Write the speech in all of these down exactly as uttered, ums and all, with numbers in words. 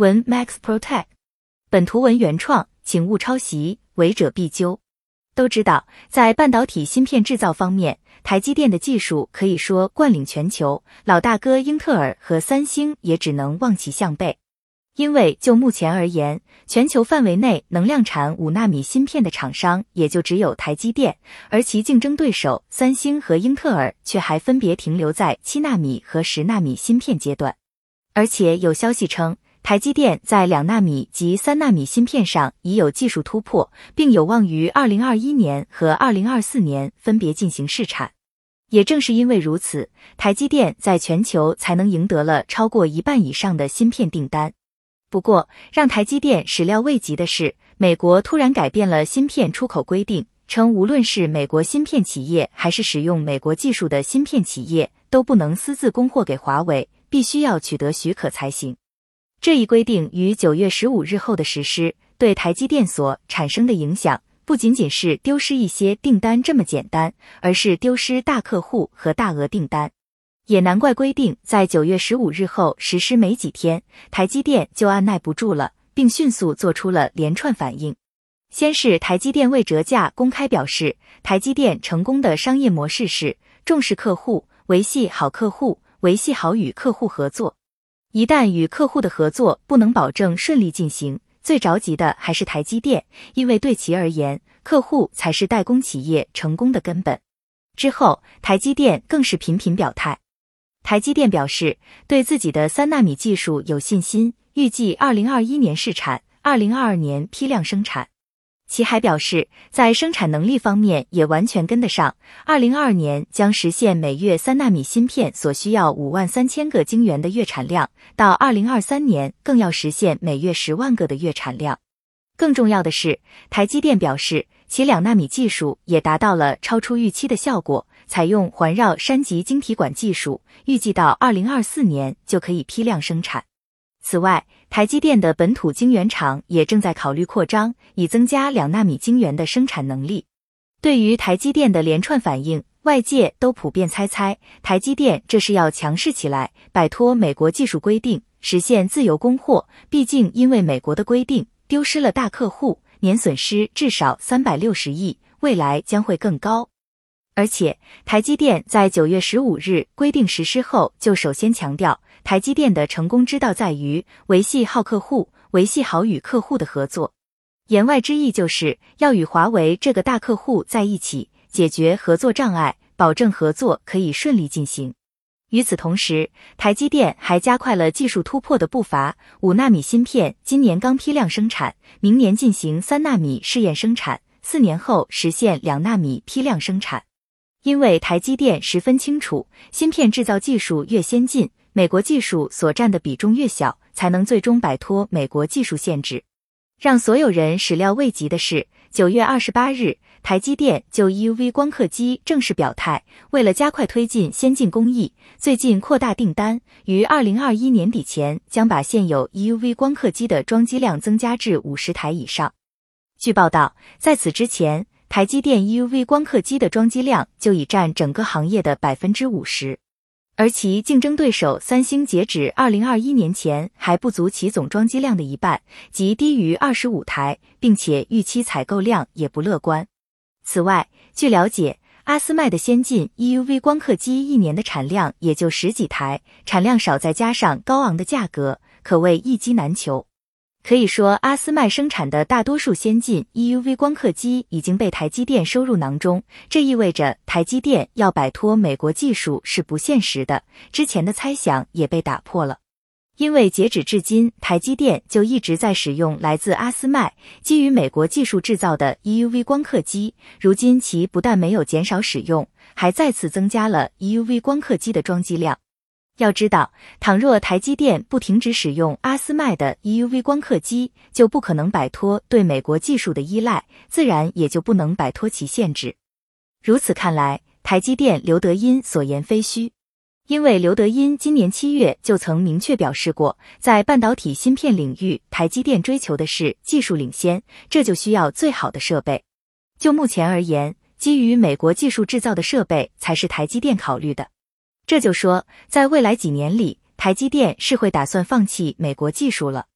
文 Max Protech， 本图文原创，请勿抄袭，违者必究。都知道，在半导体芯片制造方面，台积电的技术可以说冠领全球，老大哥英特尔和三星也只能望其项背。因为就目前而言，全球范围内能量产五纳米芯片的厂商也就只有台积电，而其竞争对手三星和英特尔却还分别停留在七纳米和十纳米芯片阶段。而且有消息称，台积电在两纳米及三纳米芯片上已有技术突破，并有望于二零二一年和二零二四年分别进行试产。也正是因为如此，台积电在全球才能赢得了超过一半以上的芯片订单。不过，让台积电始料未及的是，美国突然改变了芯片出口规定，称无论是美国芯片企业还是使用美国技术的芯片企业，都不能私自供货给华为，必须要取得许可才行。这一规定于九月十五日后的实施，对台积电所产生的影响，不仅仅是丢失一些订单这么简单，而是丢失大客户和大额订单。也难怪规定在九月十五日后实施没几天，台积电就按耐不住了，并迅速做出了连串反应。先是台积电为折价公开表示，台积电成功的商业模式是重视客户，维系好客户，维系好与客户合作。一旦与客户的合作不能保证顺利进行，最着急的还是台积电，因为对其而言，客户才是代工企业成功的根本。之后，台积电更是频频表态。台积电表示，对自己的三纳米技术有信心，预计二零二一年试产，二零二二年批量生产。其还表示，在生产能力方面也完全跟得上，二零二二年将实现每月三纳米芯片所需要五万三千个晶圆的月产量，到二零二三年更要实现每月十万个的月产量。更重要的是，台积电表示，其两纳米技术也达到了超出预期的效果，采用环绕山脊晶体管技术，预计到二零二四年就可以批量生产。此外，台积电的本土晶圆厂也正在考虑扩张，以增加两纳米晶圆的生产能力。对于台积电的连串反应，外界都普遍猜猜，台积电这是要强势起来，摆脱美国技术规定，实现自由供货。毕竟因为美国的规定，丢失了大客户，年损失至少三百六十亿，未来将会更高。而且，台积电在九月十五日规定实施后，就首先强调，台积电的成功之道在于维系好客户，维系好与客户的合作。言外之意就是要与华为这个大客户在一起，解决合作障碍，保证合作可以顺利进行。与此同时，台积电还加快了技术突破的步伐，五纳米芯片今年刚批量生产，明年进行三纳米试验生产，四年后实现两纳米批量生产。因为台积电十分清楚，芯片制造技术越先进，美国技术所占的比重越小，才能最终摆脱美国技术限制。让所有人始料未及的是，九月二十八日，台积电就 E U V 光刻机正式表态，为了加快推进先进工艺，最近扩大订单，于二零二一年底前将把现有 E U V 光刻机的装机量增加至五十台以上。据报道，在此之前，台积电 E U V 光刻机的装机量就已占整个行业的 百分之五十， 而其竞争对手三星截止二零二一年前还不足其总装机量的一半，即低于二十五台，并且预期采购量也不乐观。此外，据了解，阿斯麦的先进 E U V 光刻机一年的产量也就十几台，产量少再加上高昂的价格，可谓一机难求。可以说，阿斯麦生产的大多数先进 E U V 光刻机已经被台积电收入囊中，这意味着台积电要摆脱美国技术是不现实的，之前的猜想也被打破了。因为截止至今，台积电就一直在使用来自阿斯麦基于美国技术制造的 E U V 光刻机，如今其不但没有减少使用，还再次增加了 E U V 光刻机的装机量。要知道，倘若台积电不停止使用阿斯麦的 E U V 光刻机，就不可能摆脱对美国技术的依赖，自然也就不能摆脱其限制。如此看来，台积电刘德音所言非虚。因为刘德音今年七月就曾明确表示过，在半导体芯片领域，台积电追求的是技术领先，这就需要最好的设备。就目前而言，基于美国技术制造的设备才是台积电考虑的。这就说，在未来几年里，台积电是会打算放弃美国技术了。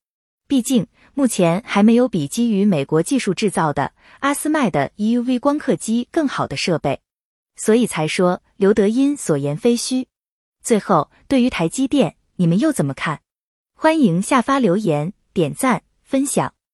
毕竟目前还没有比基于美国技术制造的阿斯麦的 E U V 光刻机更好的设备，所以才说刘德音所言非虚。最后，对于台积电，你们又怎么看？欢迎下发留言、点赞、分享。